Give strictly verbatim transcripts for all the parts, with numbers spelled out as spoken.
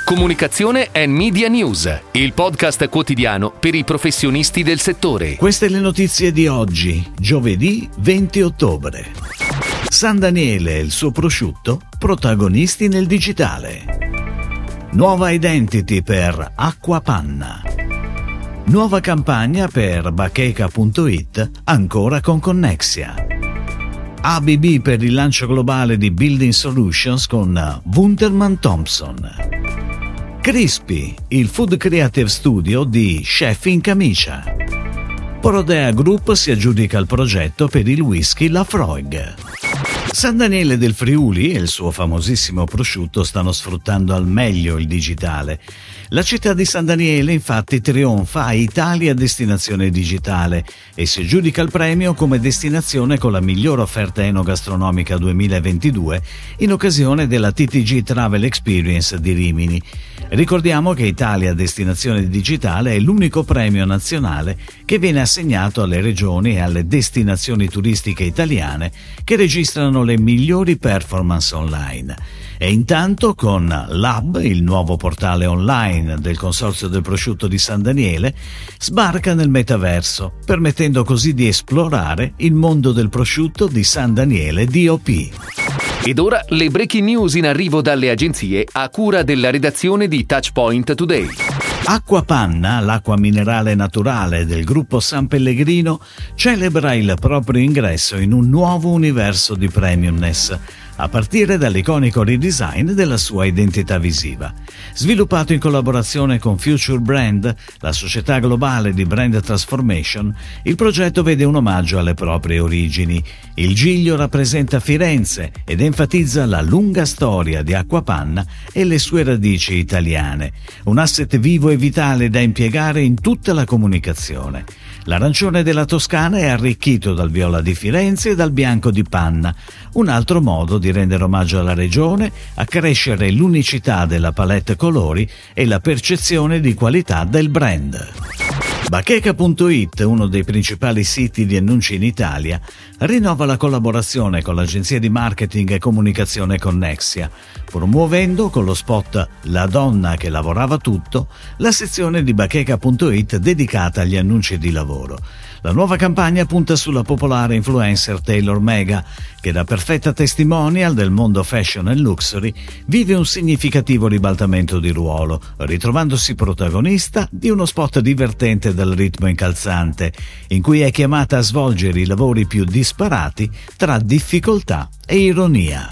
Comunicazione and Media News, il podcast quotidiano per i professionisti del settore. Queste le notizie di oggi, giovedì venti ottobre. San Daniele e il suo prosciutto, protagonisti nel digitale. Nuova identity per Acquapanna. Nuova campagna per bacheca punto it, ancora con Connexia. A B B per il lancio globale di Building Solutions con Wunderman Thompson. Crispy, il food creative studio di Chef in Camicia. Prodea Group si aggiudica il progetto per il whisky Laphroaig. San Daniele del Friuli e il suo famosissimo prosciutto stanno sfruttando al meglio il digitale. La città di San Daniele infatti trionfa a Italia Destinazione Digitale e si aggiudica il premio come destinazione con la migliore offerta enogastronomica duemilaventidue in occasione della T T G Travel Experience di Rimini. Ricordiamo che Italia Destinazione Digitale è l'unico premio nazionale che viene assegnato alle regioni e alle destinazioni turistiche italiane che registrano le migliori performance online. E intanto con Lab, il nuovo portale online del Consorzio del Prosciutto di San Daniele, sbarca nel metaverso, permettendo così di esplorare il mondo del prosciutto di San Daniele D O P. Ed ora le breaking news in arrivo dalle agenzie a cura della redazione di Touchpoint Today. Acquapanna, l'acqua minerale naturale del gruppo San Pellegrino, celebra il proprio ingresso in un nuovo universo di premiumness, a partire dall'iconico redesign della sua identità visiva. Sviluppato in collaborazione con Future Brand, la società globale di brand transformation, il progetto vede un omaggio alle proprie origini. Il giglio rappresenta Firenze ed enfatizza la lunga storia di Acquapanna e le sue radici italiane, un asset vivo e vitale da impiegare in tutta la comunicazione. L'arancione della Toscana è arricchito dal viola di Firenze e dal bianco di Panna, un altro modo di rendere omaggio alla regione, accrescere l'unicità della palette colori e la percezione di qualità del brand. bacheca punto it, uno dei principali siti di annunci in Italia, rinnova la collaborazione con l'agenzia di marketing e comunicazione Connexia, promuovendo con lo spot La donna che lavorava tutto la sezione di bacheca punto it dedicata agli annunci di lavoro. La nuova campagna punta sulla popolare influencer Taylor Mega, che da perfetta testimonial del mondo fashion e luxury vive un significativo ribaltamento di ruolo, ritrovandosi protagonista di uno spot divertente dal ritmo incalzante, in cui è chiamata a svolgere i lavori più disparati tra difficoltà e ironia.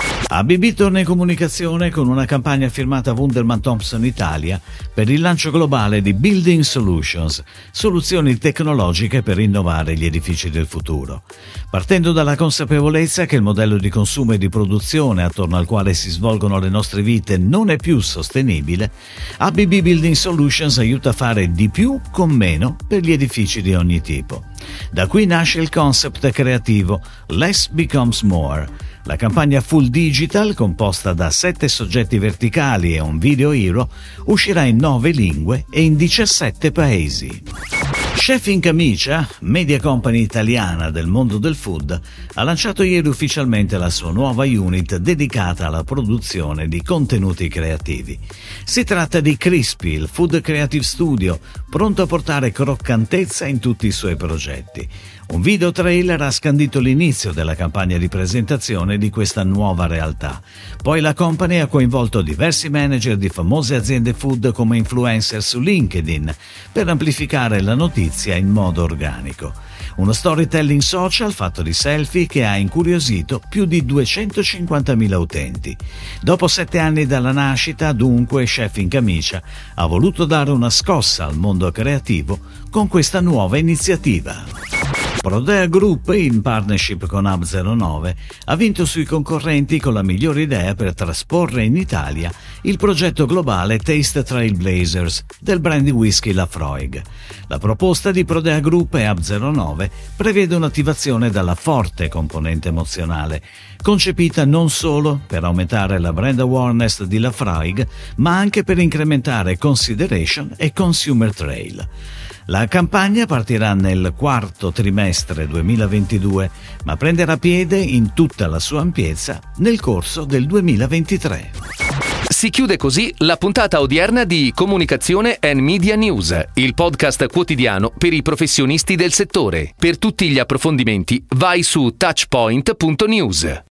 A B B torna in comunicazione con una campagna firmata Wunderman Thompson Italia per il lancio globale di Building Solutions, soluzioni tecnologiche per innovare gli edifici del futuro. Partendo dalla consapevolezza che il modello di consumo e di produzione attorno al quale si svolgono le nostre vite non è più sostenibile, A B B Building Solutions aiuta a fare di più con meno per gli edifici di ogni tipo. Da qui nasce il concept creativo Less Becomes More. La campagna full digital, composta da sette soggetti verticali e un video hero, uscirà in nove lingue e in diciassette paesi. Chef in Camicia, media company italiana del mondo del food, ha lanciato ieri ufficialmente la sua nuova unit dedicata alla produzione di contenuti creativi. Si tratta di Crispy, il food creative studio, pronto a portare croccantezza in tutti i suoi progetti. Un video trailer ha scandito l'inizio della campagna di presentazione di questa nuova realtà. Poi la company ha coinvolto diversi manager di famose aziende food come influencer su LinkedIn per amplificare la notizia in modo organico. Uno storytelling social fatto di selfie che ha incuriosito più di duecentocinquantamila utenti. Dopo sette anni dalla nascita, dunque, Chef in Camicia ha voluto dare una scossa al mondo creativo con questa nuova iniziativa. Prodea Group, in partnership con Hub zero nove, ha vinto sui concorrenti con la migliore idea per trasporre in Italia il progetto globale Taste Trailblazers del brand di whisky Laphroaig. La proposta di Prodea Group e Hub zero nove prevede un'attivazione dalla forte componente emozionale, concepita non solo per aumentare la brand awareness di Laphroaig, ma anche per incrementare consideration e consumer trail. La campagna partirà nel quarto trimestre duemilaventidue, ma prenderà piede in tutta la sua ampiezza nel corso del duemilaventitré. Si chiude così la puntata odierna di Comunicazione and Media News, il podcast quotidiano per i professionisti del settore. Per tutti gli approfondimenti vai su touchpoint punto news.